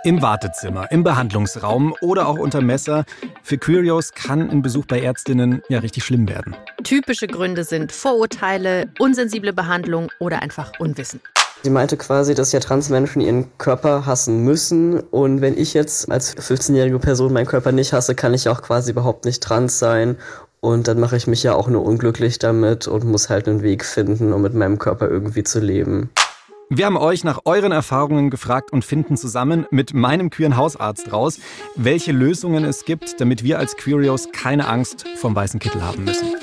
Im Wartezimmer, im Behandlungsraum oder auch unter Messer. Für Queerios kann ein Besuch bei Ärztinnen ja richtig schlimm werden. Typische Gründe sind Vorurteile, unsensible Behandlung oder einfach Unwissen. Sie meinte quasi, dass ja Transmenschen ihren Körper hassen müssen. Und wenn ich jetzt als 15-jährige Person meinen Körper nicht hasse, kann ich auch quasi überhaupt nicht trans sein. Und dann mache ich mich ja auch nur unglücklich damit und muss halt einen Weg finden, um mit meinem Körper irgendwie zu leben. Wir haben euch nach euren Erfahrungen gefragt und finden zusammen mit meinem queeren Hausarzt raus, welche Lösungen es gibt, damit wir als Queerios keine Angst vorm weißen Kittel haben müssen.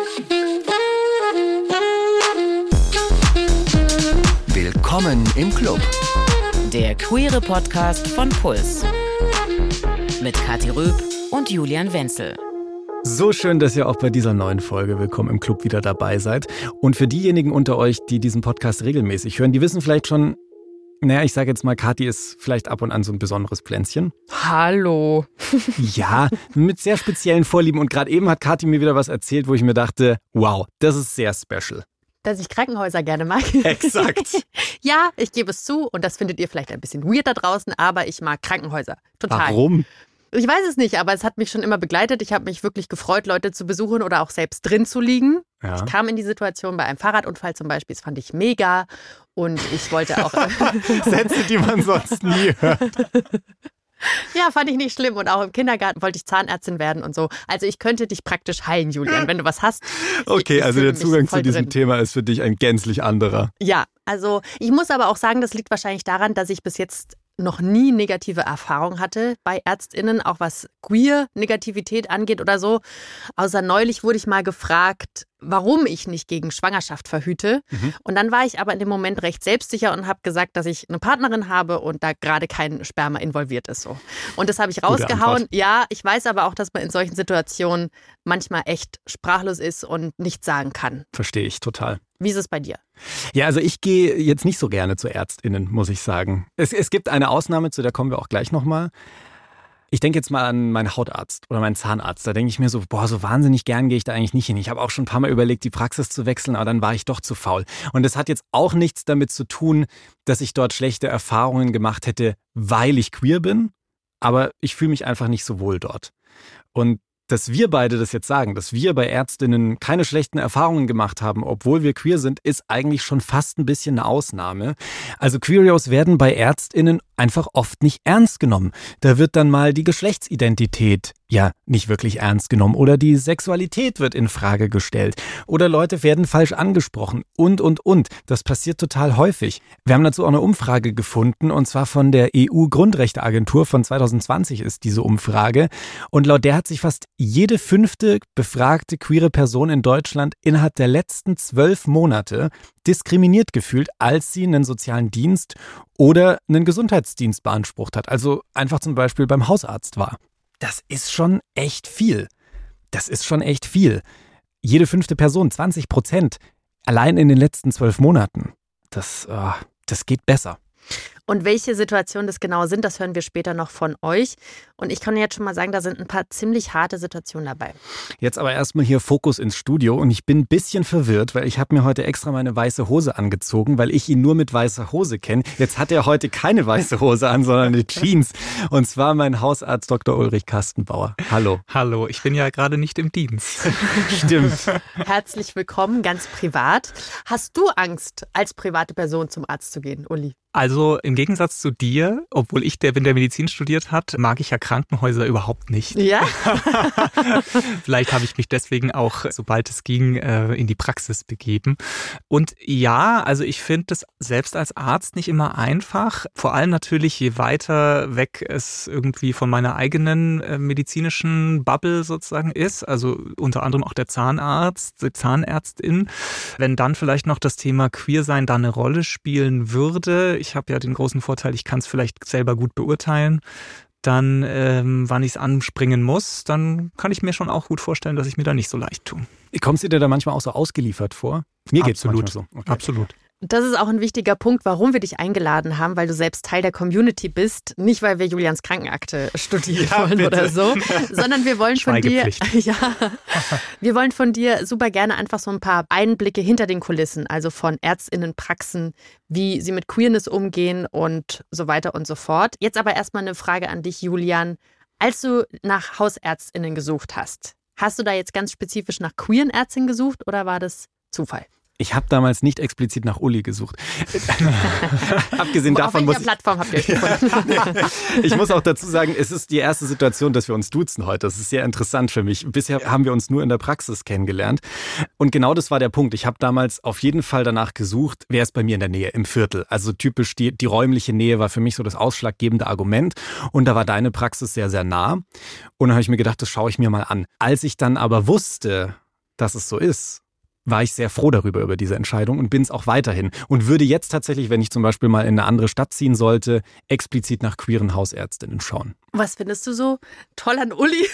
Willkommen im Club. Der queere Podcast von Puls. Mit Kathi Röb und Julian Wenzel. So schön, dass ihr auch bei dieser neuen Folge Willkommen im Club wieder dabei seid. Und für diejenigen unter euch, die diesen Podcast regelmäßig hören, die wissen vielleicht schon, ich sage jetzt mal, Kathi ist vielleicht ab und an so ein besonderes Pflänzchen. Hallo. Ja, mit sehr speziellen Vorlieben. Und gerade eben hat Kathi mir wieder was erzählt, wo ich mir dachte, wow, das ist sehr special. Dass ich Krankenhäuser gerne mag. Exakt. Ja, ich gebe es zu und das findet ihr vielleicht ein bisschen weird da draußen, aber ich mag Krankenhäuser. Total. Warum? Ich weiß es nicht, aber es hat mich schon immer begleitet. Ich habe mich wirklich gefreut, Leute zu besuchen oder auch selbst drin zu liegen. Ja. Ich kam in die Situation bei einem Fahrradunfall zum Beispiel, das fand ich mega und ich wollte auch... Sätze, die man sonst nie hört. Ja, fand ich nicht schlimm und auch im Kindergarten wollte ich Zahnärztin werden und so. Also ich könnte dich praktisch heilen, Julian, wenn du was hast. Okay, also der Zugang zu diesem Thema ist für dich ein gänzlich anderer. Ja, also ich muss aber auch sagen, das liegt wahrscheinlich daran, dass ich bis jetzt noch nie negative Erfahrungen hatte bei ÄrztInnen, auch was Queer-Negativität angeht oder so. Außer neulich wurde ich mal gefragt, warum ich nicht gegen Schwangerschaft verhüte. Und dann war ich aber in dem Moment recht selbstsicher und habe gesagt, dass ich eine Partnerin habe und da gerade kein Sperma involviert ist. So. Und das habe ich rausgehauen. Ja, ich weiß aber auch, dass man in solchen Situationen manchmal echt sprachlos ist und nichts sagen kann. Verstehe ich total. Wie ist es bei dir? Ja, also ich gehe jetzt nicht so gerne zu ÄrztInnen, muss ich sagen. Es gibt eine Ausnahme, zu der kommen wir auch gleich nochmal. Ich denke jetzt mal an meinen Hautarzt oder meinen Zahnarzt. Da denke ich mir so, so wahnsinnig gern gehe ich da eigentlich nicht hin. Ich habe auch schon ein paar Mal überlegt, die Praxis zu wechseln, aber dann war ich doch zu faul. Und das hat jetzt auch nichts damit zu tun, dass ich dort schlechte Erfahrungen gemacht hätte, weil ich queer bin. Aber ich fühle mich einfach nicht so wohl dort. Und dass wir beide das jetzt sagen, dass wir bei Ärztinnen keine schlechten Erfahrungen gemacht haben, obwohl wir queer sind, ist eigentlich schon fast ein bisschen eine Ausnahme. Also Queerios werden bei Ärztinnen einfach oft nicht ernst genommen. Da wird dann mal die Geschlechtsidentität nicht wirklich ernst genommen oder die Sexualität wird in Frage gestellt oder Leute werden falsch angesprochen und. Das passiert total häufig. Wir haben dazu auch eine Umfrage gefunden und zwar von der EU-Grundrechteagentur von 2020 ist diese Umfrage und laut der hat sich fast jede 5. befragte queere Person in Deutschland innerhalb der letzten 12 Monate diskriminiert gefühlt, als sie einen sozialen Dienst oder einen Gesundheitsdienst beansprucht hat. Also einfach zum Beispiel beim Hausarzt war. Das ist schon echt viel. Jede 5. Person, 20%, allein in den letzten 12 Monaten. Das geht besser. Und welche Situationen das genau sind, das hören wir später noch von euch. Und ich kann jetzt schon mal sagen, da sind ein paar ziemlich harte Situationen dabei. Jetzt aber erstmal hier Fokus ins Studio und ich bin ein bisschen verwirrt, weil ich habe mir heute extra meine weiße Hose angezogen, weil ich ihn nur mit weißer Hose kenne. Jetzt hat er heute keine weiße Hose an, sondern eine Jeans. Und zwar mein Hausarzt Dr. Ulrich Kastenbauer. Hallo. Hallo, ich bin ja gerade nicht im Dienst. Stimmt. Herzlich willkommen, ganz privat. Hast du Angst, als private Person zum Arzt zu gehen, Uli? Also im Gegensatz zu dir, obwohl ich der bin, der Medizin studiert hat, mag ich ja Krankenhäuser überhaupt nicht. Ja? Vielleicht habe ich mich deswegen auch, sobald es ging, in die Praxis begeben. Und ja, also ich finde das selbst als Arzt nicht immer einfach. Vor allem natürlich, je weiter weg es irgendwie von meiner eigenen medizinischen Bubble sozusagen ist. Also unter anderem auch der Zahnarzt, die Zahnärztin. Wenn dann vielleicht noch das Thema Queersein da eine Rolle spielen würde. Ich habe ja den großen Vorteil, ich kann es vielleicht selber gut beurteilen. Dann, wann ich es anspringen muss, dann kann ich mir schon auch gut vorstellen, dass ich mir da nicht so leicht tue. Kommst du dir da manchmal auch so ausgeliefert vor? Mir geht's manchmal so. Okay. Absolut. Das ist auch ein wichtiger Punkt, warum wir dich eingeladen haben, weil du selbst Teil der Community bist. Nicht, weil wir Julians Krankenakte studieren wollen bitte. Oder so, sondern wir wollen von dir, wir wollen von dir super gerne einfach so ein paar Einblicke hinter den Kulissen, also von ÄrztInnenpraxen, wie sie mit Queerness umgehen und so weiter und so fort. Jetzt aber erstmal eine Frage an dich, Julian. Als du nach HausärztInnen gesucht hast, hast du da jetzt ganz spezifisch nach queeren Ärztinnen gesucht oder war das Zufall? Ich habe damals nicht explizit nach Uli gesucht. Abgesehen davon auf welcher Plattform habt ihr euch gefunden? Ich muss auch dazu sagen, es ist die erste Situation, dass wir uns duzen heute. Das ist sehr interessant für mich. Bisher haben wir uns nur in der Praxis kennengelernt. Und genau das war der Punkt. Ich habe damals auf jeden Fall danach gesucht, wer ist bei mir in der Nähe, im Viertel. Also typisch die räumliche Nähe war für mich so das ausschlaggebende Argument. Und da war deine Praxis sehr, sehr nah. Und dann habe ich mir gedacht, das schaue ich mir mal an. Als ich dann aber wusste, dass es so ist, war ich sehr froh über diese Entscheidung und bin es auch weiterhin. Und würde jetzt tatsächlich, wenn ich zum Beispiel mal in eine andere Stadt ziehen sollte, explizit nach queeren Hausärztinnen schauen. Was findest du so toll an Uli?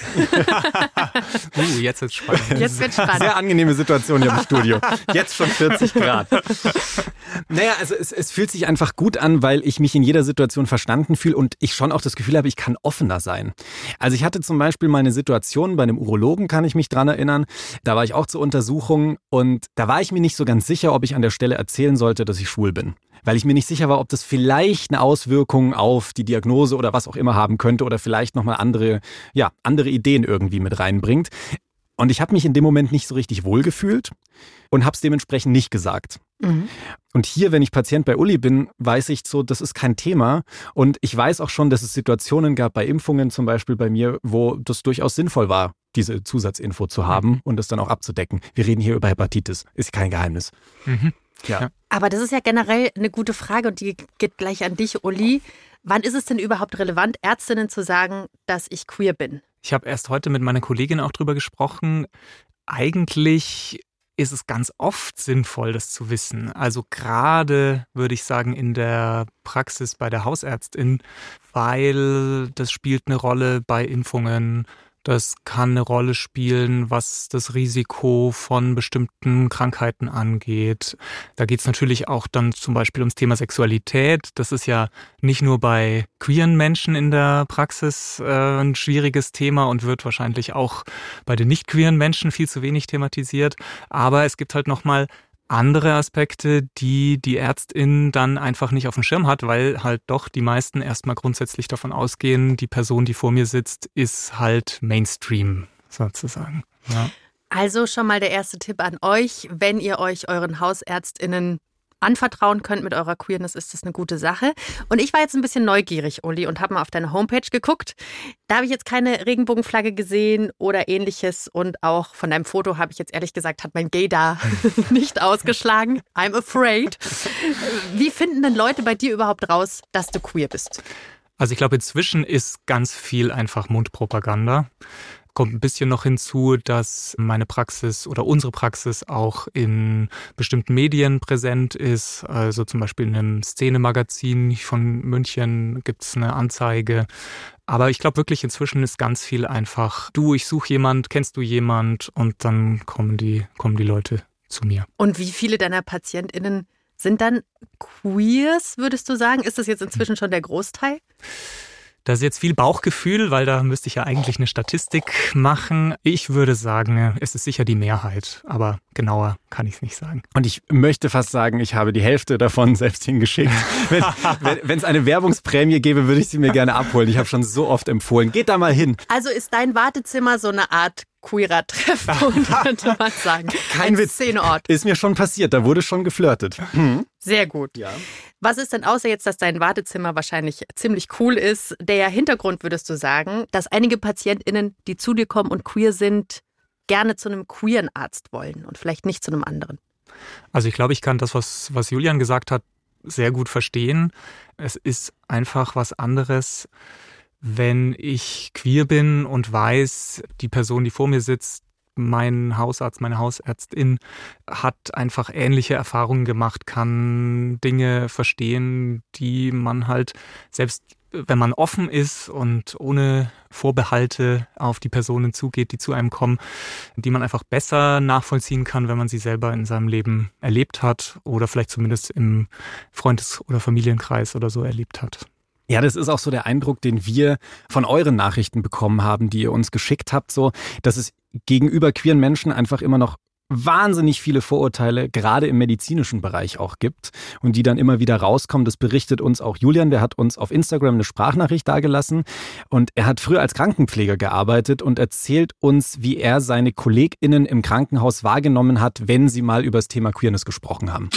Jetzt wird's spannend. Jetzt wird's spannend. Sehr angenehme Situation hier im Studio. Jetzt schon 40 Grad. Naja, also es fühlt sich einfach gut an, weil ich mich in jeder Situation verstanden fühle und ich schon auch das Gefühl habe, ich kann offener sein. Also ich hatte zum Beispiel mal eine Situation bei einem Urologen, kann ich mich dran erinnern. Da war ich auch zur Untersuchung und da war ich mir nicht so ganz sicher, ob ich an der Stelle erzählen sollte, dass ich schwul bin. Weil ich mir nicht sicher war, ob das vielleicht eine Auswirkung auf die Diagnose oder was auch immer haben könnte oder vielleicht nochmal andere Ideen irgendwie mit reinbringt. Und ich habe mich in dem Moment nicht so richtig wohlgefühlt und habe es dementsprechend nicht gesagt. Mhm. Und hier, wenn ich Patient bei Uli bin, weiß ich so, das ist kein Thema. Und ich weiß auch schon, dass es Situationen gab, bei Impfungen zum Beispiel bei mir, wo das durchaus sinnvoll war, diese Zusatzinfo zu haben und das dann auch abzudecken. Wir reden hier über Hepatitis, ist kein Geheimnis. Mhm. Ja. Aber das ist ja generell eine gute Frage und die geht gleich an dich, Uli. Wann ist es denn überhaupt relevant, Ärztinnen zu sagen, dass ich queer bin? Ich habe erst heute mit meiner Kollegin auch drüber gesprochen. Eigentlich ist es ganz oft sinnvoll, das zu wissen. Also gerade, würde ich sagen, in der Praxis bei der Hausärztin, weil das spielt eine Rolle bei Impfungen. Das kann eine Rolle spielen, was das Risiko von bestimmten Krankheiten angeht. Da geht es natürlich auch dann zum Beispiel ums Thema Sexualität. Das ist ja nicht nur bei queeren Menschen in der Praxis ein schwieriges Thema und wird wahrscheinlich auch bei den nicht queeren Menschen viel zu wenig thematisiert. Aber es gibt halt nochmal andere Aspekte, die Ärztin dann einfach nicht auf dem Schirm hat, weil halt doch die meisten erstmal grundsätzlich davon ausgehen, die Person, die vor mir sitzt, ist halt Mainstream sozusagen. Ja. Also schon mal der erste Tipp an euch, wenn ihr euch euren HausärztInnen anvertrauen könnt mit eurer Queerness, ist das eine gute Sache. Und ich war jetzt ein bisschen neugierig, Uli, und habe mal auf deine Homepage geguckt. Da habe ich jetzt keine Regenbogenflagge gesehen oder ähnliches. Und auch von deinem Foto habe ich jetzt ehrlich gesagt, hat mein Gaydar nicht ausgeschlagen. I'm afraid. Wie finden denn Leute bei dir überhaupt raus, dass du queer bist? Also ich glaube, inzwischen ist ganz viel einfach Mundpropaganda. Kommt ein bisschen noch hinzu, dass meine Praxis oder unsere Praxis auch in bestimmten Medien präsent ist. Also zum Beispiel in einem Szene-Magazin von München gibt es eine Anzeige. Aber ich glaube wirklich, inzwischen ist ganz viel einfach, ich suche jemand, kennst du jemand? Und dann kommen die Leute zu mir. Und wie viele deiner PatientInnen sind dann Queers, würdest du sagen? Ist das jetzt inzwischen schon der Großteil? Das ist jetzt viel Bauchgefühl, weil da müsste ich ja eigentlich eine Statistik machen. Ich würde sagen, es ist sicher die Mehrheit, aber genauer kann ich es nicht sagen. Und ich möchte fast sagen, ich habe die Hälfte davon selbst hingeschickt. Wenn es eine Werbungsprämie gäbe, würde ich sie mir gerne abholen. Ich habe schon so oft empfohlen. Geht da mal hin. Also ist dein Wartezimmer so eine Art queerer Treffpunkt, könnte man sagen. Kein Witz. Szeneort. Ist mir schon passiert, da wurde schon geflirtet. Sehr gut. Ja. Was ist denn, außer jetzt, dass dein Wartezimmer wahrscheinlich ziemlich cool ist, der Hintergrund, würdest du sagen, dass einige PatientInnen, die zu dir kommen und queer sind, gerne zu einem queeren Arzt wollen und vielleicht nicht zu einem anderen? Also ich glaube, ich kann das, was Julian gesagt hat, sehr gut verstehen. Es ist einfach was anderes, wenn ich queer bin und weiß, die Person, die vor mir sitzt, mein Hausarzt, meine Hausärztin hat einfach ähnliche Erfahrungen gemacht, kann Dinge verstehen, die man halt selbst wenn man offen ist und ohne Vorbehalte auf die Personen zugeht, die zu einem kommen, die man einfach besser nachvollziehen kann, wenn man sie selber in seinem Leben erlebt hat oder vielleicht zumindest im Freundes- oder Familienkreis oder so erlebt hat. Ja, das ist auch so der Eindruck, den wir von euren Nachrichten bekommen haben, die ihr uns geschickt habt, so, dass es gegenüber queeren Menschen einfach immer noch wahnsinnig viele Vorurteile, gerade im medizinischen Bereich auch gibt und die dann immer wieder rauskommen. Das berichtet uns auch Julian, der hat uns auf Instagram eine Sprachnachricht dagelassen und er hat früher als Krankenpfleger gearbeitet und erzählt uns, wie er seine KollegInnen im Krankenhaus wahrgenommen hat, wenn sie mal über das Thema Queerness gesprochen haben.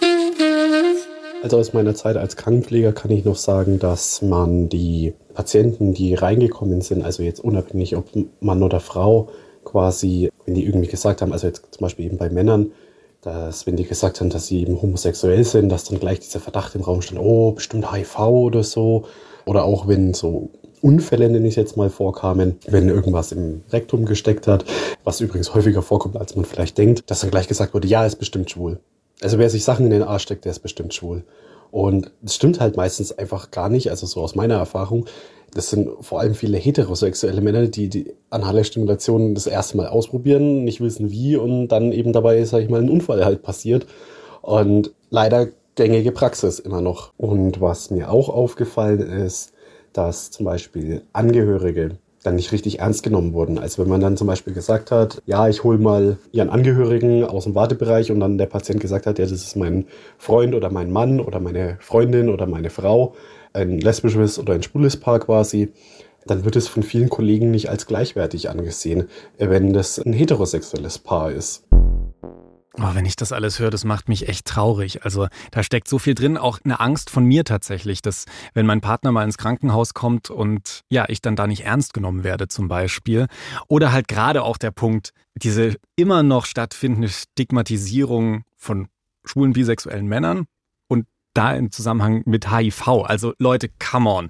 Also aus meiner Zeit als Krankenpfleger kann ich noch sagen, dass man die Patienten, die reingekommen sind, also jetzt unabhängig ob Mann oder Frau, quasi, wenn die irgendwie gesagt haben, also jetzt zum Beispiel eben bei Männern, dass wenn die gesagt haben, dass sie eben homosexuell sind, dass dann gleich dieser Verdacht im Raum stand, oh, bestimmt HIV oder so. Oder auch wenn so Unfälle, nenne ich es jetzt mal, vorkamen, wenn irgendwas im Rektum gesteckt hat, was übrigens häufiger vorkommt, als man vielleicht denkt, dass dann gleich gesagt wurde, ja, er ist bestimmt schwul. Also wer sich Sachen in den Arsch steckt, der ist bestimmt schwul. Und das stimmt halt meistens einfach gar nicht, also so aus meiner Erfahrung. Das sind vor allem viele heterosexuelle Männer, die anale Stimulation das erste Mal ausprobieren, nicht wissen wie und dann eben dabei, sag ich mal, ein Unfall halt passiert. Und leider gängige Praxis immer noch. Und was mir auch aufgefallen ist, dass zum Beispiel Angehörige dann nicht richtig ernst genommen wurden. Also wenn man dann zum Beispiel gesagt hat, ja, ich hole mal ihren Angehörigen aus dem Wartebereich und dann der Patient gesagt hat, ja, das ist mein Freund oder mein Mann oder meine Freundin oder meine Frau, ein lesbisches oder ein schwules Paar quasi, dann wird es von vielen Kollegen nicht als gleichwertig angesehen, wenn das ein heterosexuelles Paar ist. Oh, wenn ich das alles höre, das macht mich echt traurig. Also da steckt so viel drin, auch eine Angst von mir tatsächlich, dass wenn mein Partner mal ins Krankenhaus kommt und ja, ich dann da nicht ernst genommen werde zum Beispiel. Oder halt gerade auch der Punkt, diese immer noch stattfindende Stigmatisierung von schwulen, bisexuellen Männern und da im Zusammenhang mit HIV. Also Leute, come on.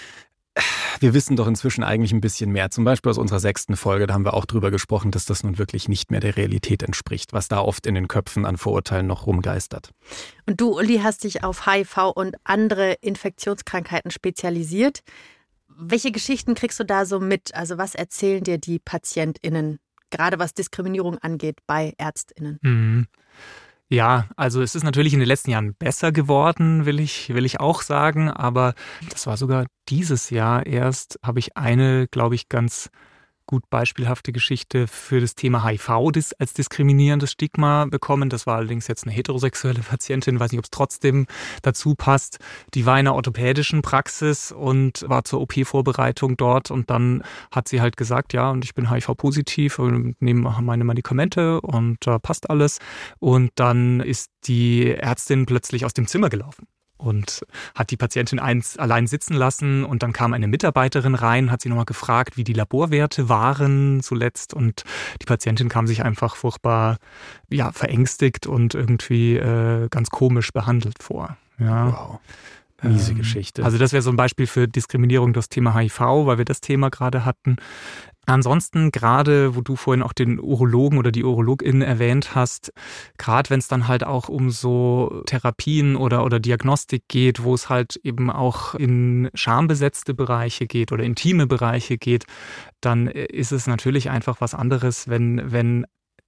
Wir wissen doch inzwischen eigentlich ein bisschen mehr. Zum Beispiel aus unserer 6. Folge, da haben wir auch drüber gesprochen, dass das nun wirklich nicht mehr der Realität entspricht, was da oft in den Köpfen an Vorurteilen noch rumgeistert. Und du, Uli, hast dich auf HIV und andere Infektionskrankheiten spezialisiert. Welche Geschichten kriegst du da so mit? Also was erzählen dir die PatientInnen, gerade was Diskriminierung angeht bei ÄrztInnen? Ja, also es ist natürlich in den letzten Jahren besser geworden, will ich auch sagen, aber das war sogar dieses Jahr erst, habe ich eine, glaube ich, ganz gut beispielhafte Geschichte für das Thema HIV als diskriminierendes Stigma bekommen. Das war allerdings jetzt eine heterosexuelle Patientin, weiß nicht, ob es trotzdem dazu passt. Die war in einer orthopädischen Praxis und war zur OP-Vorbereitung dort und dann hat sie halt gesagt, ja, und ich bin HIV-positiv und nehme meine Medikamente und passt alles. Und dann ist die Ärztin plötzlich aus dem Zimmer gelaufen und hat die Patientin allein sitzen lassen und dann kam eine Mitarbeiterin rein, hat sie nochmal gefragt, wie die Laborwerte waren zuletzt und die Patientin kam sich einfach furchtbar verängstigt und irgendwie ganz komisch behandelt vor. Ja. Wow. Miese Geschichte. Also das wäre so ein Beispiel für Diskriminierung durch das Thema HIV, weil wir das Thema gerade hatten. Ansonsten, gerade wo du vorhin auch den Urologen oder die UrologInnen erwähnt hast, gerade wenn es dann halt auch um so Therapien oder Diagnostik geht, wo es halt eben auch in schambesetzte Bereiche geht oder intime Bereiche geht, dann ist es natürlich einfach was anderes, wenn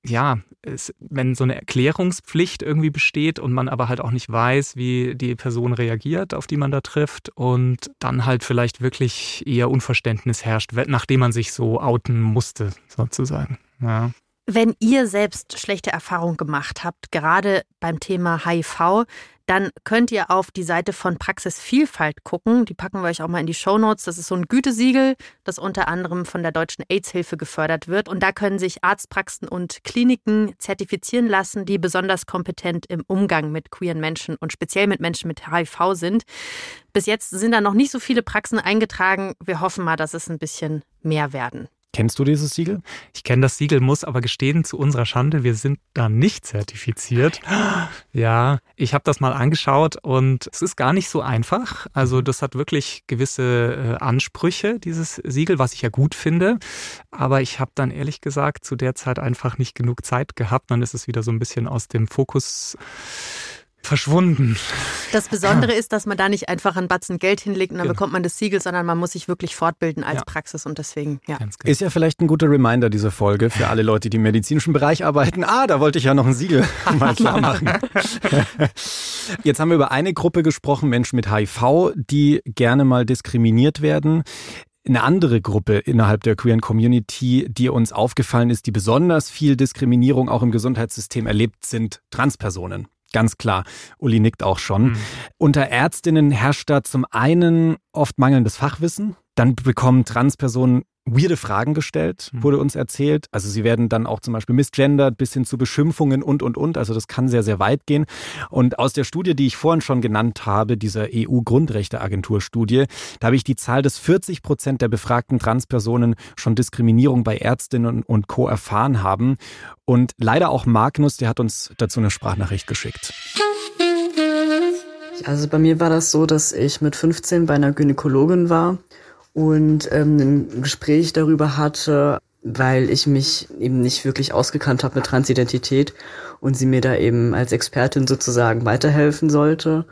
so eine Erklärungspflicht irgendwie besteht und man aber halt auch nicht weiß, wie die Person reagiert, auf die man da trifft und dann halt vielleicht wirklich eher Unverständnis herrscht, nachdem man sich so outen musste, sozusagen. Ja. Wenn ihr selbst schlechte Erfahrungen gemacht habt, gerade beim Thema HIV, dann könnt ihr auf die Seite von Praxisvielfalt gucken. Die packen wir euch auch mal in die Shownotes. Das ist so ein Gütesiegel, das unter anderem von der Deutschen AIDS-Hilfe gefördert wird. Und da können sich Arztpraxen und Kliniken zertifizieren lassen, die besonders kompetent im Umgang mit queeren Menschen und speziell mit Menschen mit HIV sind. Bis jetzt sind da noch nicht so viele Praxen eingetragen. Wir hoffen mal, dass es ein bisschen mehr werden. Kennst du dieses Siegel? Ich kenne das Siegel, muss aber gestehen, zu unserer Schande, wir sind da nicht zertifiziert. Ja, ich habe das mal angeschaut und es ist gar nicht so einfach. Also das hat wirklich gewisse Ansprüche, dieses Siegel, was ich ja gut finde. Aber ich habe dann ehrlich gesagt zu der Zeit einfach nicht genug Zeit gehabt. Dann ist es wieder so ein bisschen aus dem Fokus verschwunden. Das Besondere ist, dass man da nicht einfach einen Batzen Geld hinlegt und dann bekommt man das Siegel, sondern man muss sich wirklich fortbilden als Praxis und deswegen, Ist ja vielleicht ein guter Reminder, diese Folge, für alle Leute, die im medizinischen Bereich arbeiten. Da wollte ich ja noch ein Siegel mal klar machen. Jetzt haben wir über eine Gruppe gesprochen, Menschen mit HIV, die gerne mal diskriminiert werden. Eine andere Gruppe innerhalb der queeren Community, die uns aufgefallen ist, die besonders viel Diskriminierung auch im Gesundheitssystem erlebt, sind Transpersonen. Ganz klar. Uli nickt auch schon. Unter Ärztinnen herrscht da zum einen oft mangelndes Fachwissen. Dann bekommen Transpersonen weirde Fragen gestellt, wurde uns erzählt. Also sie werden dann auch zum Beispiel misgendert, bis hin zu Beschimpfungen und. Also das kann sehr, sehr weit gehen. Und aus der Studie, die ich vorhin schon genannt habe, dieser EU-Grundrechteagentur-Studie, da habe ich die Zahl, dass 40% der befragten Transpersonen schon Diskriminierung bei Ärztinnen und Co. erfahren haben. Und leider auch Magnus, der hat uns dazu eine Sprachnachricht geschickt. Also bei mir war das so, dass ich mit 15 bei einer Gynäkologin war und ein Gespräch darüber hatte, weil ich mich eben nicht wirklich ausgekannt habe mit Transidentität und sie mir da eben als Expertin sozusagen weiterhelfen sollte.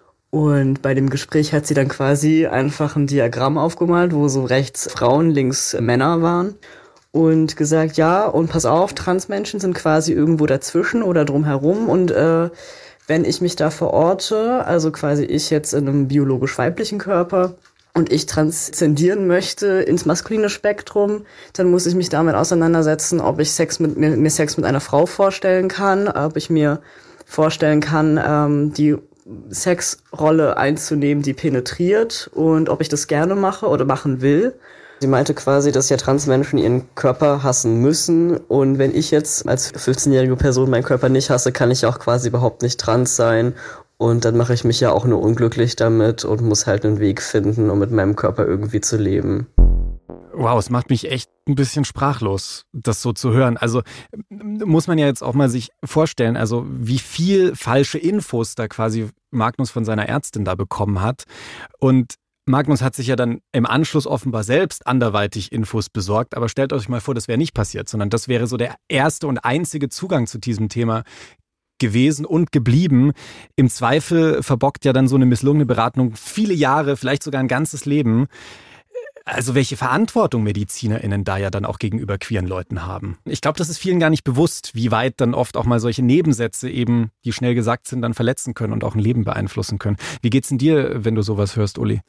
Und bei dem Gespräch hat sie dann quasi einfach ein Diagramm aufgemalt, wo so rechts Frauen, links Männer waren und gesagt, ja, und pass auf, Transmenschen sind quasi irgendwo dazwischen oder drumherum und wenn ich mich da verorte, also quasi ich jetzt in einem biologisch weiblichen Körper, und ich transzendieren möchte ins maskuline Spektrum, dann muss ich mich damit auseinandersetzen, ob ich mir Sex mit einer Frau vorstellen kann, ob ich mir vorstellen kann, die Sexrolle einzunehmen, die penetriert und ob ich das gerne mache oder machen will. Sie meinte quasi, dass ja Transmenschen ihren Körper hassen müssen und wenn ich jetzt als 15-jährige Person meinen Körper nicht hasse, kann ich auch quasi überhaupt nicht trans sein. Und dann mache ich mich ja auch nur unglücklich damit und muss halt einen Weg finden, um mit meinem Körper irgendwie zu leben. Wow, es macht mich echt ein bisschen sprachlos, das so zu hören. Also muss man ja jetzt auch mal sich vorstellen, also wie viel falsche Infos da quasi Magnus von seiner Ärztin da bekommen hat. Und Magnus hat sich ja dann im Anschluss offenbar selbst anderweitig Infos besorgt. Aber stellt euch mal vor, das wäre nicht passiert, sondern das wäre so der erste und einzige Zugang zu diesem Thema gewesen und geblieben. Im Zweifel verbockt ja dann so eine misslungene Beratung viele Jahre, vielleicht sogar ein ganzes Leben. Also welche Verantwortung MedizinerInnen da ja dann auch gegenüber queeren Leuten haben. Ich glaube, das ist vielen gar nicht bewusst, wie weit dann oft auch mal solche Nebensätze eben, die schnell gesagt sind, dann verletzen können und auch ein Leben beeinflussen können. Wie geht's denn dir, wenn du sowas hörst, Uli?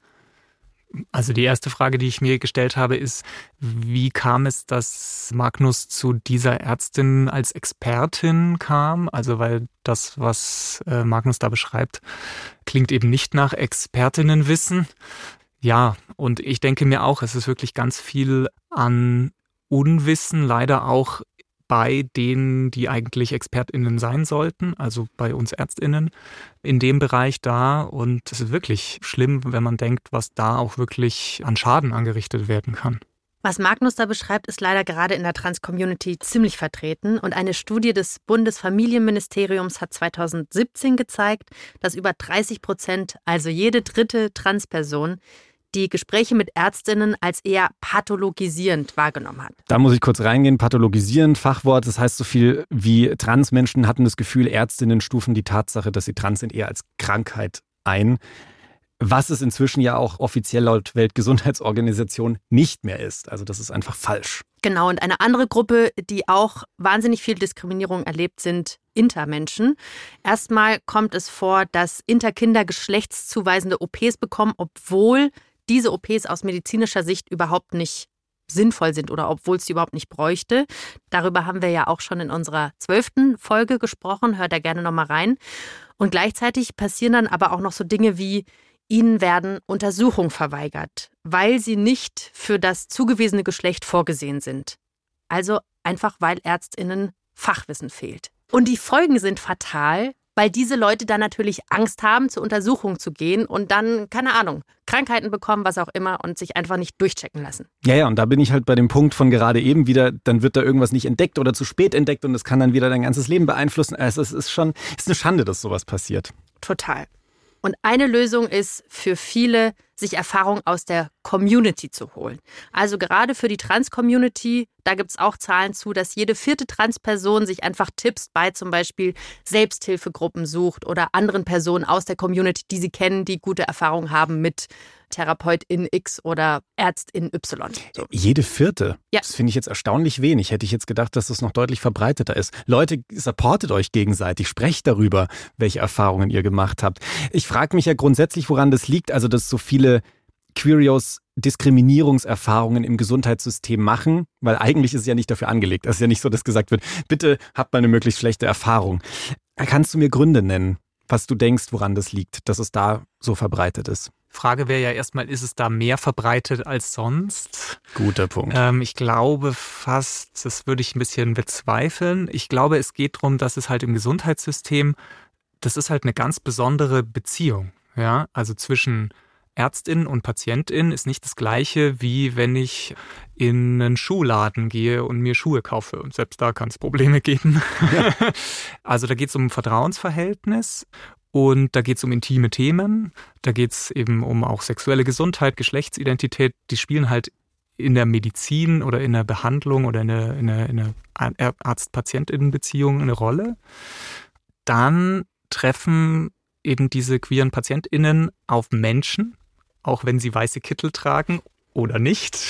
Also die erste Frage, die ich mir gestellt habe, ist, wie kam es, dass Magnus zu dieser Ärztin als Expertin kam? Also weil das, was Magnus da beschreibt, klingt eben nicht nach Expertinnenwissen. Ja, und ich denke mir auch, es ist wirklich ganz viel an Unwissen, leider auch bei denen, die eigentlich ExpertInnen sein sollten, also bei uns ÄrztInnen in dem Bereich da. Und es ist wirklich schlimm, wenn man denkt, was da auch wirklich an Schaden angerichtet werden kann. Was Magnus da beschreibt, ist leider gerade in der Trans-Community ziemlich vertreten. Und eine Studie des Bundesfamilienministeriums hat 2017 gezeigt, dass über 30%, also jede dritte Transperson, die Gespräche mit ÄrztInnen als eher pathologisierend wahrgenommen hat. Da muss ich kurz reingehen. Pathologisierend, Fachwort, das heißt so viel wie Transmenschen hatten das Gefühl, ÄrztInnen stufen die Tatsache, dass sie trans sind, eher als Krankheit ein. Was es inzwischen ja auch offiziell laut Weltgesundheitsorganisation nicht mehr ist. Also das ist einfach falsch. Genau, und eine andere Gruppe, die auch wahnsinnig viel Diskriminierung erlebt, sind Intermenschen. Erstmal kommt es vor, dass Interkinder geschlechtszuweisende OPs bekommen, obwohl diese OPs aus medizinischer Sicht überhaupt nicht sinnvoll sind oder obwohl es die überhaupt nicht bräuchte. Darüber haben wir ja auch schon in unserer 12. Folge gesprochen. Hört da gerne nochmal rein. Und gleichzeitig passieren dann aber auch noch so Dinge wie, ihnen werden Untersuchungen verweigert, weil sie nicht für das zugewiesene Geschlecht vorgesehen sind. Also einfach, weil ÄrztInnen Fachwissen fehlt. Und die Folgen sind fatal, weil diese Leute dann natürlich Angst haben, zur Untersuchung zu gehen und dann, keine Ahnung, Krankheiten bekommen, was auch immer und sich einfach nicht durchchecken lassen. Ja, und da bin ich halt bei dem Punkt von gerade eben wieder, dann wird da irgendwas nicht entdeckt oder zu spät entdeckt und das kann dann wieder dein ganzes Leben beeinflussen. Also es ist eine Schande, dass sowas passiert. Total. Und eine Lösung ist für viele, sich Erfahrung aus der Community zu holen. Also gerade für die Trans-Community, da gibt es auch Zahlen zu, dass jede 4. Transperson sich einfach Tipps bei zum Beispiel Selbsthilfegruppen sucht oder anderen Personen aus der Community, die sie kennen, die gute Erfahrungen haben mit Therapeutin X oder Ärztin Y. So. Jede 4. Ja. Das finde ich jetzt erstaunlich wenig. Hätte ich jetzt gedacht, dass das noch deutlich verbreiteter ist. Leute, supportet euch gegenseitig, sprecht darüber, welche Erfahrungen ihr gemacht habt. Ich frage mich ja grundsätzlich, woran das liegt, also dass so viele Queerios Diskriminierungserfahrungen im Gesundheitssystem machen, weil eigentlich ist es ja nicht dafür angelegt. Es ist ja nicht so, dass gesagt wird, bitte habt mal eine möglichst schlechte Erfahrung. Kannst du mir Gründe nennen, was du denkst, woran das liegt, dass es da so verbreitet ist? Frage wäre ja erstmal, ist es da mehr verbreitet als sonst? Guter Punkt. Ich glaube fast, das würde ich ein bisschen bezweifeln. Ich glaube, es geht darum, dass es halt im Gesundheitssystem, das ist halt eine ganz besondere Beziehung. Ja? Also zwischen Ärztin und Patientin ist nicht das Gleiche, wie wenn ich in einen Schuhladen gehe und mir Schuhe kaufe. Und selbst da kann es Probleme geben. Ja. Also da geht es um ein Vertrauensverhältnis. Und da geht es um intime Themen, da geht es eben um auch sexuelle Gesundheit, Geschlechtsidentität. Die spielen halt in der Medizin oder in der Behandlung oder in einer Arzt-Patientinnen-Beziehung eine Rolle. Dann treffen eben diese queeren PatientInnen auf Menschen, auch wenn sie weiße Kittel tragen oder nicht,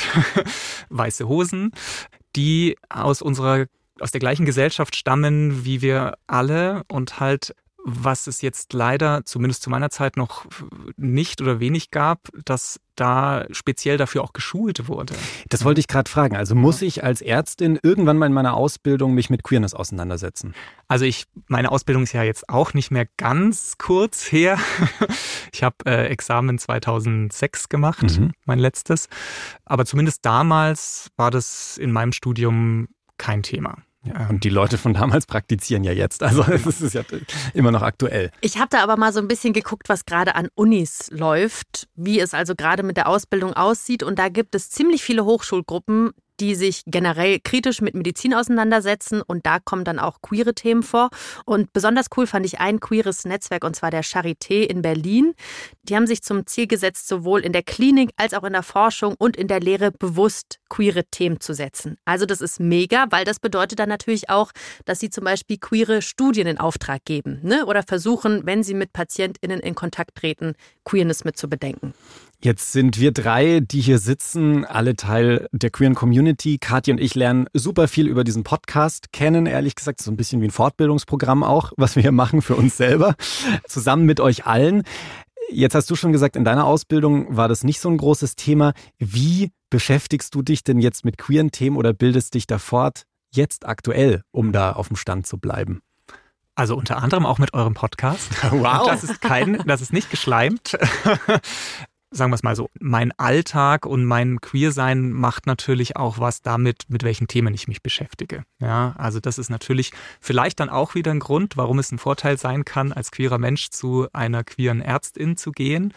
weiße Hosen, die aus der gleichen Gesellschaft stammen wie wir alle und halt, was es jetzt leider, zumindest zu meiner Zeit, noch nicht oder wenig gab, dass da speziell dafür auch geschult wurde. Das wollte ich gerade fragen. Also muss ich als Ärztin irgendwann mal in meiner Ausbildung mich mit Queerness auseinandersetzen? Also meine Ausbildung ist ja jetzt auch nicht mehr ganz kurz her. Ich habe Examen 2006 gemacht, mein letztes. Aber zumindest damals war das in meinem Studium kein Thema. Ja, und die Leute von damals praktizieren ja jetzt. Also es ist ja immer noch aktuell. Ich habe da aber mal so ein bisschen geguckt, was gerade an Unis läuft, wie es also gerade mit der Ausbildung aussieht. Und da gibt es ziemlich viele Hochschulgruppen, die sich generell kritisch mit Medizin auseinandersetzen. Und da kommen dann auch queere Themen vor. Und besonders cool fand ich ein queeres Netzwerk, und zwar der Charité in Berlin. Die haben sich zum Ziel gesetzt, sowohl in der Klinik als auch in der Forschung und in der Lehre bewusst queere Themen zu setzen. Also das ist mega, weil das bedeutet dann natürlich auch, dass sie zum Beispiel queere Studien in Auftrag geben, ne? Oder versuchen, wenn sie mit PatientInnen in Kontakt treten, Queerness mit zu bedenken. Jetzt sind wir 3, die hier sitzen, alle Teil der queeren Community. Kathi und ich lernen super viel über diesen Podcast kennen, ehrlich gesagt. So ein bisschen wie ein Fortbildungsprogramm auch, was wir hier machen für uns selber, zusammen mit euch allen. Jetzt hast du schon gesagt, in deiner Ausbildung war das nicht so ein großes Thema. Wie beschäftigst du dich denn jetzt mit queeren Themen oder bildest dich da fort, jetzt aktuell, um da auf dem Stand zu bleiben? Also unter anderem auch mit eurem Podcast. Wow. Das ist nicht geschleimt. Sagen wir es mal so, mein Alltag und mein Queersein macht natürlich auch was damit, mit welchen Themen ich mich beschäftige. Ja, also das ist natürlich vielleicht dann auch wieder ein Grund, warum es ein Vorteil sein kann, als queerer Mensch zu einer queeren Ärztin zu gehen,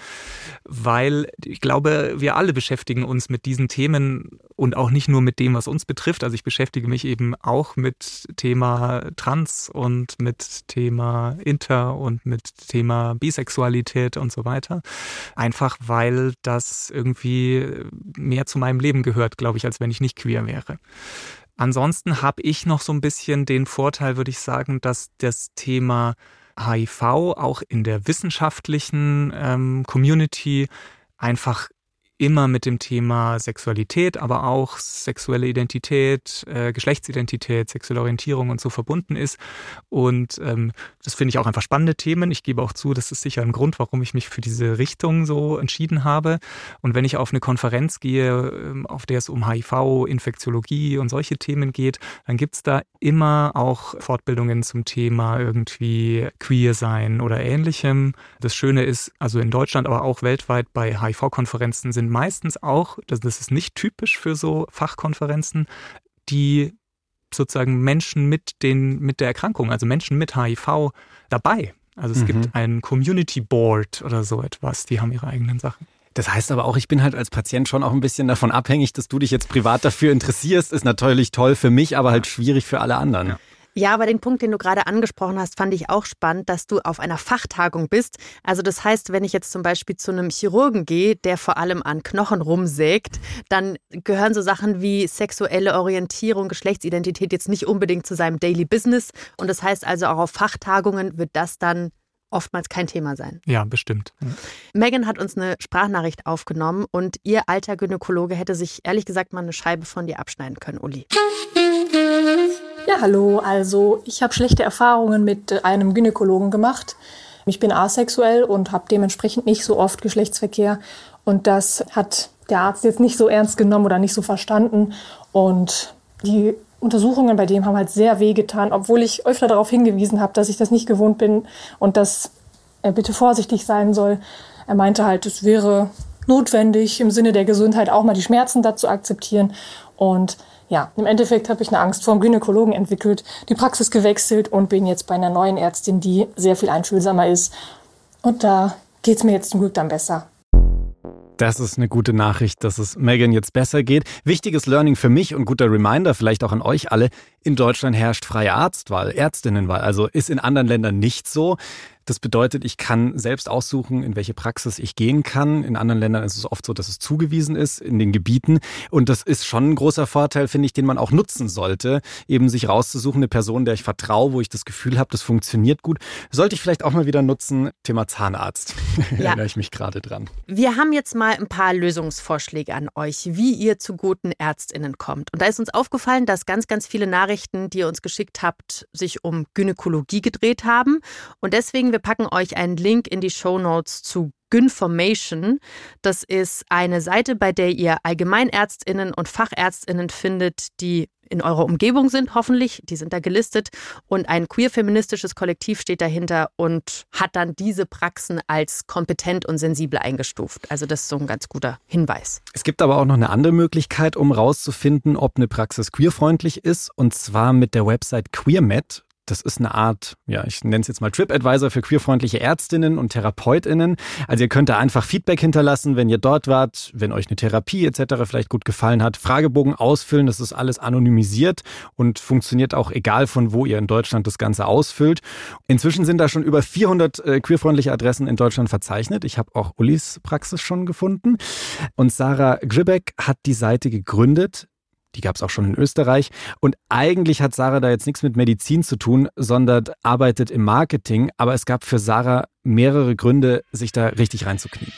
weil ich glaube, wir alle beschäftigen uns mit diesen Themen und auch nicht nur mit dem, was uns betrifft. Also ich beschäftige mich eben auch mit Thema Trans und mit Thema Inter und mit Thema Bisexualität und so weiter. Einfach weil das irgendwie mehr zu meinem Leben gehört, glaube ich, als wenn ich nicht queer wäre. Ansonsten habe ich noch so ein bisschen den Vorteil, würde ich sagen, dass das Thema HIV auch in der wissenschaftlichen Community einfach immer mit dem Thema Sexualität, aber auch sexuelle Identität, Geschlechtsidentität, sexuelle Orientierung und so verbunden ist. Und das finde ich auch einfach spannende Themen. Ich gebe auch zu, das ist sicher ein Grund, warum ich mich für diese Richtung so entschieden habe. Und wenn ich auf eine Konferenz gehe, auf der es um HIV, Infektiologie und solche Themen geht, dann gibt es da immer auch Fortbildungen zum Thema irgendwie queer sein oder Ähnlichem. Das Schöne ist, also in Deutschland, aber auch weltweit bei HIV-Konferenzen sind meistens auch, das ist nicht typisch für so Fachkonferenzen, die sozusagen Menschen mit der Erkrankung, also Menschen mit HIV dabei. Also es gibt ein Community Board oder so etwas, die haben ihre eigenen Sachen. Das heißt aber auch, ich bin halt als Patient schon auch ein bisschen davon abhängig, dass du dich jetzt privat dafür interessierst. Ist natürlich toll für mich, aber halt schwierig für alle anderen. Ja. Ja, aber den Punkt, den du gerade angesprochen hast, fand ich auch spannend, dass du auf einer Fachtagung bist. Also das heißt, wenn ich jetzt zum Beispiel zu einem Chirurgen gehe, der vor allem an Knochen rumsägt, dann gehören so Sachen wie sexuelle Orientierung, Geschlechtsidentität jetzt nicht unbedingt zu seinem Daily Business. Und das heißt also auch auf Fachtagungen wird das dann oftmals kein Thema sein. Ja, bestimmt. Megan hat uns eine Sprachnachricht aufgenommen und ihr alter Gynäkologe hätte sich ehrlich gesagt mal eine Scheibe von dir abschneiden können, Uli. Ja, hallo. Also ich habe schlechte Erfahrungen mit einem Gynäkologen gemacht. Ich bin asexuell und habe dementsprechend nicht so oft Geschlechtsverkehr. Und das hat der Arzt jetzt nicht so ernst genommen oder nicht so verstanden. Und die Untersuchungen bei dem haben halt sehr wehgetan, obwohl ich öfter darauf hingewiesen habe, dass ich das nicht gewohnt bin und dass er bitte vorsichtig sein soll. Er meinte halt, es wäre notwendig, im Sinne der Gesundheit auch mal die Schmerzen dazu akzeptieren. Und ja, im Endeffekt habe ich eine Angst vor dem Gynäkologen entwickelt, die Praxis gewechselt und bin jetzt bei einer neuen Ärztin, die sehr viel einfühlsamer ist. Und da geht es mir jetzt zum Glück dann besser. Das ist eine gute Nachricht, dass es Megan jetzt besser geht. Wichtiges Learning für mich und guter Reminder vielleicht auch an euch alle. In Deutschland herrscht freie Arztwahl, Ärztinnenwahl. Also ist in anderen Ländern nicht so. Das bedeutet, ich kann selbst aussuchen, in welche Praxis ich gehen kann. In anderen Ländern ist es oft so, dass es zugewiesen ist in den Gebieten. Und das ist schon ein großer Vorteil, finde ich, den man auch nutzen sollte. Eben sich rauszusuchen, eine Person, der ich vertraue, wo ich das Gefühl habe, das funktioniert gut. Sollte ich vielleicht auch mal wieder nutzen. Thema Zahnarzt. Ja. Erinnere ich mich gerade dran. Wir haben jetzt mal ein paar Lösungsvorschläge an euch, wie ihr zu guten ÄrztInnen kommt. Und da ist uns aufgefallen, dass ganz, ganz viele Nachrichten, die ihr uns geschickt habt, sich um Gynäkologie gedreht haben. Und deswegen, wir packen euch einen Link in die Shownotes zu Gynformation. Das ist eine Seite, bei der ihr AllgemeinärztInnen und FachärztInnen findet, die in eurer Umgebung sind, hoffentlich. Die sind da gelistet. Und ein queer-feministisches Kollektiv steht dahinter und hat dann diese Praxen als kompetent und sensibel eingestuft. Also das ist so ein ganz guter Hinweis. Es gibt aber auch noch eine andere Möglichkeit, um rauszufinden, ob eine Praxis queerfreundlich ist. Und zwar mit der Website QueerMed. Das ist eine Art, ja, ich nenne es jetzt mal TripAdvisor für queerfreundliche Ärztinnen und TherapeutInnen. Also ihr könnt da einfach Feedback hinterlassen, wenn ihr dort wart, wenn euch eine Therapie etc. vielleicht gut gefallen hat. Fragebogen ausfüllen, das ist alles anonymisiert und funktioniert auch egal von wo ihr in Deutschland das Ganze ausfüllt. Inzwischen sind da schon über 400 queerfreundliche Adressen in Deutschland verzeichnet. Ich habe auch Ulis Praxis schon gefunden. Und Sarah Gribek hat die Seite gegründet. Die gab es auch schon in Österreich. Und eigentlich hat Sarah da jetzt nichts mit Medizin zu tun, sondern arbeitet im Marketing. Aber es gab für Sarah mehrere Gründe, sich da richtig reinzuknien.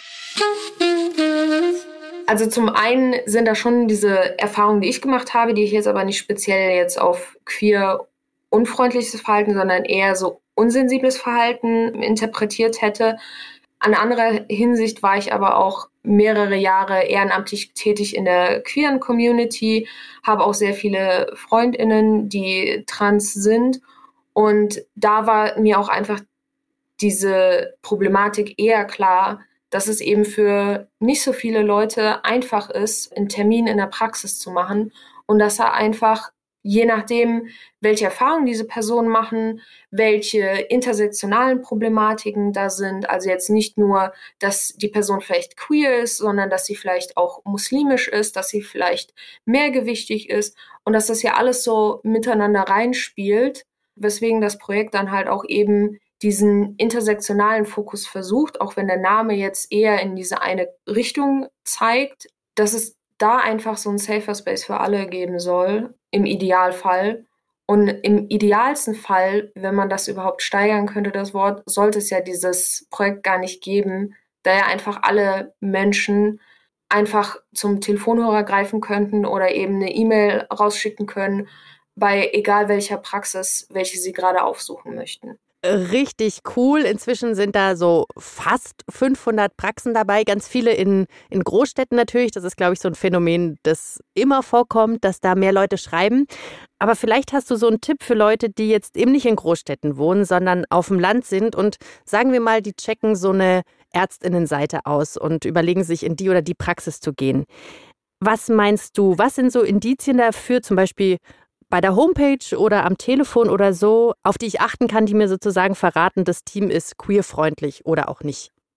Also zum einen sind da schon diese Erfahrungen, die ich gemacht habe, die ich jetzt aber nicht speziell jetzt auf queer unfreundliches Verhalten, sondern eher so unsensibles Verhalten interpretiert hätte. An anderer Hinsicht war ich aber auch mehrere Jahre ehrenamtlich tätig in der queeren Community, habe auch sehr viele FreundInnen, die trans sind. Und da war mir auch einfach diese Problematik eher klar, dass es eben für nicht so viele Leute einfach ist, einen Termin in der Praxis zu machen und dass er einfach, je nachdem, welche Erfahrungen diese Personen machen, welche intersektionalen Problematiken da sind, also jetzt nicht nur, dass die Person vielleicht queer ist, sondern dass sie vielleicht auch muslimisch ist, dass sie vielleicht mehrgewichtig ist und dass das ja alles so miteinander reinspielt, weswegen das Projekt dann halt auch eben diesen intersektionalen Fokus versucht, auch wenn der Name jetzt eher in diese eine Richtung zeigt, dass es da einfach so ein safer Space für alle geben soll, im Idealfall. Und im idealsten Fall, wenn man das überhaupt steigern könnte, das Wort, sollte es ja dieses Projekt gar nicht geben, da ja einfach alle Menschen einfach zum Telefonhörer greifen könnten oder eben eine E-Mail rausschicken können, bei egal welcher Praxis, welche sie gerade aufsuchen möchten. Richtig cool. Inzwischen sind da so fast 500 Praxen dabei, ganz viele in Großstädten natürlich. Das ist, glaube ich, so ein Phänomen, das immer vorkommt, dass da mehr Leute schreiben. Aber vielleicht hast du so einen Tipp für Leute, die jetzt eben nicht in Großstädten wohnen, sondern auf dem Land sind und sagen wir mal, die checken so eine Ärztinnenseite aus und überlegen sich, in die oder die Praxis zu gehen. Was meinst du, was sind so Indizien dafür, zum Beispiel bei der Homepage oder am Telefon oder so, auf die ich achten kann, die mir sozusagen verraten, das Team ist queerfreundlich oder auch nicht?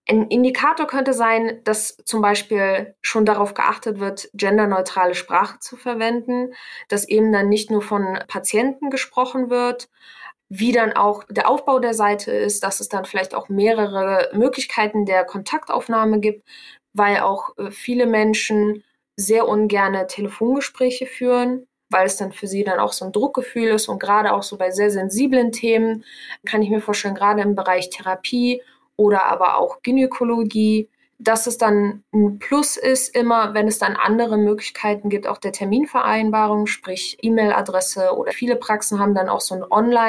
Ein Indikator könnte sein, dass zum Beispiel schon darauf geachtet wird, genderneutrale Sprache zu verwenden, dass eben dann nicht nur von Patienten gesprochen wird, wie dann auch der Aufbau der Seite ist, dass es dann vielleicht auch mehrere Möglichkeiten der Kontaktaufnahme gibt, weil auch viele Menschen sehr ungerne Telefongespräche führen, weil es dann für sie dann auch so ein Druckgefühl ist und gerade auch so bei sehr sensiblen Themen kann ich mir vorstellen, gerade im Bereich Therapie oder aber auch Gynäkologie, dass es dann ein Plus ist immer, wenn es dann andere Möglichkeiten gibt, auch der Terminvereinbarung, sprich E-Mail-Adresse oder viele Praxen haben dann auch so ein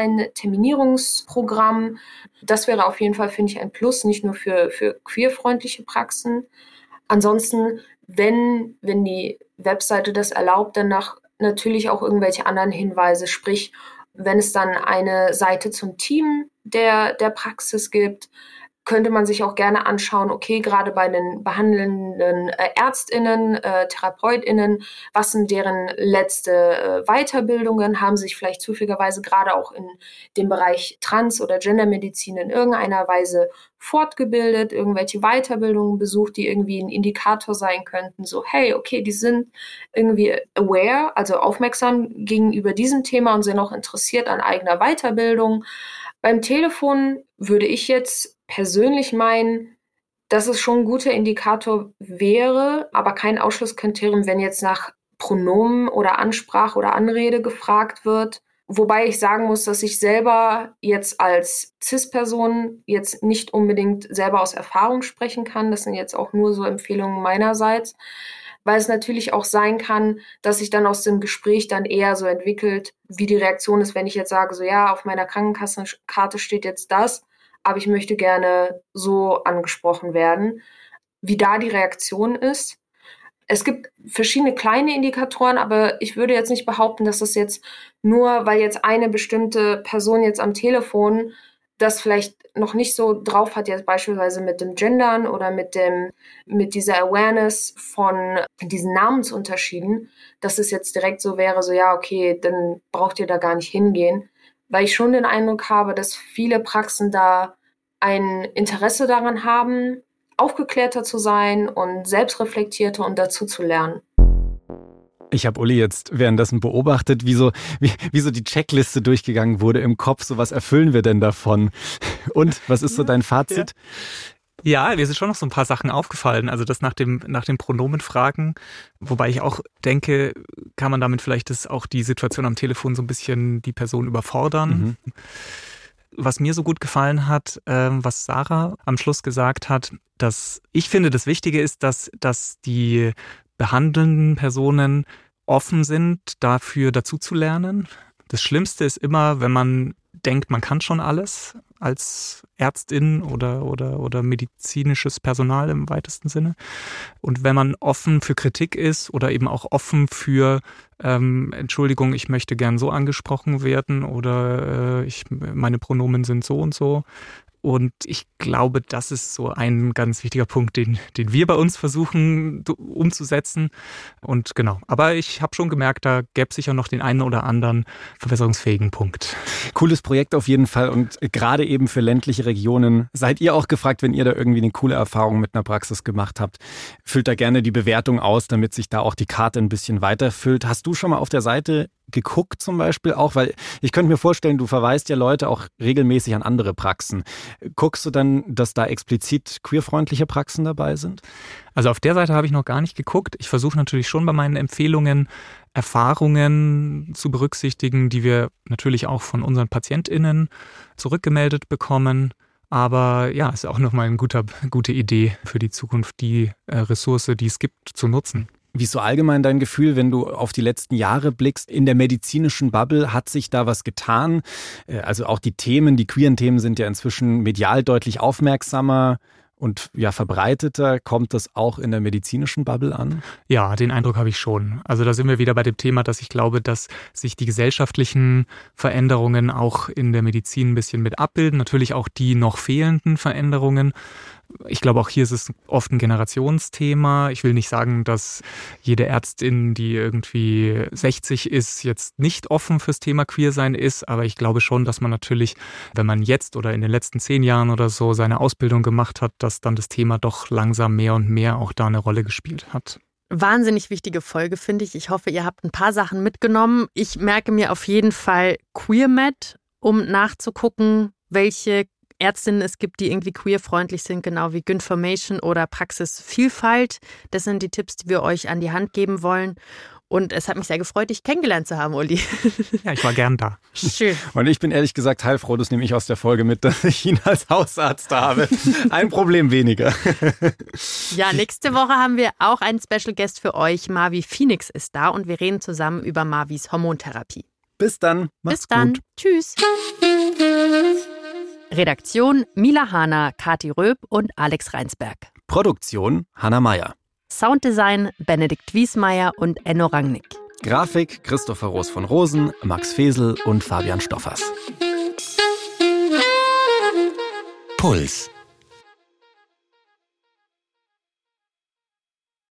Online-Terminierungsprogramm. Das wäre auf jeden Fall, finde ich, ein Plus, nicht nur für queerfreundliche Praxen. Ansonsten, wenn die Webseite das erlaubt, dann natürlich auch irgendwelche anderen Hinweise, sprich, wenn es dann eine Seite zum Team der Praxis gibt, könnte man sich auch gerne anschauen, okay, gerade bei den behandelnden ÄrztInnen, TherapeutInnen, was sind deren letzte Weiterbildungen, haben sich vielleicht zufälligerweise gerade auch in dem Bereich Trans- oder Gendermedizin in irgendeiner Weise fortgebildet, irgendwelche Weiterbildungen besucht, die irgendwie ein Indikator sein könnten, so hey, okay, die sind irgendwie aware, also aufmerksam gegenüber diesem Thema und sind auch interessiert an eigener Weiterbildung. Beim Telefon würde ich jetzt persönlich meinen, dass es schon ein guter Indikator wäre, aber kein Ausschlusskriterium, wenn jetzt nach Pronomen oder Ansprache oder Anrede gefragt wird. Wobei ich sagen muss, dass ich selber jetzt als Cis-Person jetzt nicht unbedingt selber aus Erfahrung sprechen kann. Das sind jetzt auch nur so Empfehlungen meinerseits, weil es natürlich auch sein kann, dass sich dann aus dem Gespräch dann eher so entwickelt, wie die Reaktion ist, wenn ich jetzt sage, so ja, auf meiner Krankenkassenkarte steht jetzt das, aber ich möchte gerne so angesprochen werden, wie da die Reaktion ist. Es gibt verschiedene kleine Indikatoren, aber ich würde jetzt nicht behaupten, dass das jetzt nur, weil jetzt eine bestimmte Person jetzt am Telefon das vielleicht noch nicht so drauf hat, jetzt beispielsweise mit dem Gendern oder mit dieser Awareness von diesen Namensunterschieden, dass es jetzt direkt so wäre, so ja, okay, dann braucht ihr da gar nicht hingehen, weil ich schon den Eindruck habe, dass viele Praxen da ein Interesse daran haben, aufgeklärter zu sein und selbstreflektierter und dazu zu lernen. Ich habe Uli jetzt währenddessen beobachtet, wie so die Checkliste durchgegangen wurde im Kopf. So, was erfüllen wir denn davon? Und was ist so dein Fazit? Ja, mir sind schon noch so ein paar Sachen aufgefallen. Also das nach dem Pronomen fragen, wobei ich auch denke, kann man damit vielleicht auch die Situation am Telefon so ein bisschen die Person überfordern. Mhm. Was mir so gut gefallen hat, was Sarah am Schluss gesagt hat, dass ich finde, das Wichtige ist, dass die behandelnden Personen offen sind, dafür dazu zu lernen. Das Schlimmste ist immer, wenn man denkt, man kann schon alles als Ärztin oder medizinisches Personal im weitesten Sinne. Und wenn man offen für Kritik ist oder eben auch offen für Entschuldigung, ich möchte gern so angesprochen werden oder meine Pronomen sind so und so. Und ich glaube, das ist so ein ganz wichtiger Punkt, den wir bei uns versuchen umzusetzen. Und genau, aber ich habe schon gemerkt, da gäbe es sicher noch den einen oder anderen verbesserungsfähigen Punkt. Cooles Projekt auf jeden Fall und gerade eben für ländliche Regionen. Seid ihr auch gefragt, wenn ihr da irgendwie eine coole Erfahrung mit einer Praxis gemacht habt? Füllt da gerne die Bewertung aus, damit sich da auch die Karte ein bisschen weiterfüllt. Hast du schon mal auf der Seite geguckt zum Beispiel auch? Weil ich könnte mir vorstellen, du verweist ja Leute auch regelmäßig an andere Praxen. Guckst du dann, dass da explizit queerfreundliche Praxen dabei sind? Also auf der Seite habe ich noch gar nicht geguckt. Ich versuche natürlich schon bei meinen Empfehlungen Erfahrungen zu berücksichtigen, die wir natürlich auch von unseren PatientInnen zurückgemeldet bekommen. Aber ja, ist auch nochmal eine gute Idee für die Zukunft, die Ressource, die es gibt, zu nutzen. Wie ist so allgemein dein Gefühl, wenn du auf die letzten Jahre blickst? In der medizinischen Bubble hat sich da was getan? Also auch die queeren Themen sind ja inzwischen medial deutlich aufmerksamer und ja verbreiteter. Kommt das auch in der medizinischen Bubble an? Ja, den Eindruck habe ich schon. Also da sind wir wieder bei dem Thema, dass ich glaube, dass sich die gesellschaftlichen Veränderungen auch in der Medizin ein bisschen mit abbilden. Natürlich auch die noch fehlenden Veränderungen. Ich glaube, auch hier ist es oft ein Generationsthema. Ich will nicht sagen, dass jede Ärztin, die irgendwie 60 ist, jetzt nicht offen fürs Thema Queersein ist. Aber ich glaube schon, dass man natürlich, wenn man jetzt oder in den letzten 10 Jahren oder so seine Ausbildung gemacht hat, dass dann das Thema doch langsam mehr und mehr auch da eine Rolle gespielt hat. Wahnsinnig wichtige Folge, finde ich. Ich hoffe, ihr habt ein paar Sachen mitgenommen. Ich merke mir auf jeden Fall QueerMed, um nachzugucken, welche Ärztinnen es gibt, die irgendwie queerfreundlich sind, genau wie Gynformation oder Praxisvielfalt. Das sind die Tipps, die wir euch an die Hand geben wollen. Und es hat mich sehr gefreut, dich kennengelernt zu haben, Uli. Ja, ich war gern da. Schön. Und ich bin ehrlich gesagt heilfroh, das nehme ich aus der Folge mit, dass ich ihn als Hausarzt habe. Ein Problem weniger. Ja, nächste Woche haben wir auch einen Special Guest für euch. Marvi Phoenix ist da und wir reden zusammen über Marvis Hormontherapie. Bis dann. Bis dann. Gut. Tschüss. Redaktion Mila Hahner, Kathi Röb und Alex Reinsberg. Produktion Hannah Meyer. Sounddesign Benedikt Wiesmeier und Enno Rangnick. Grafik Christopher Roos von Rosen, Max Fesel und Fabian Stoffers. Puls.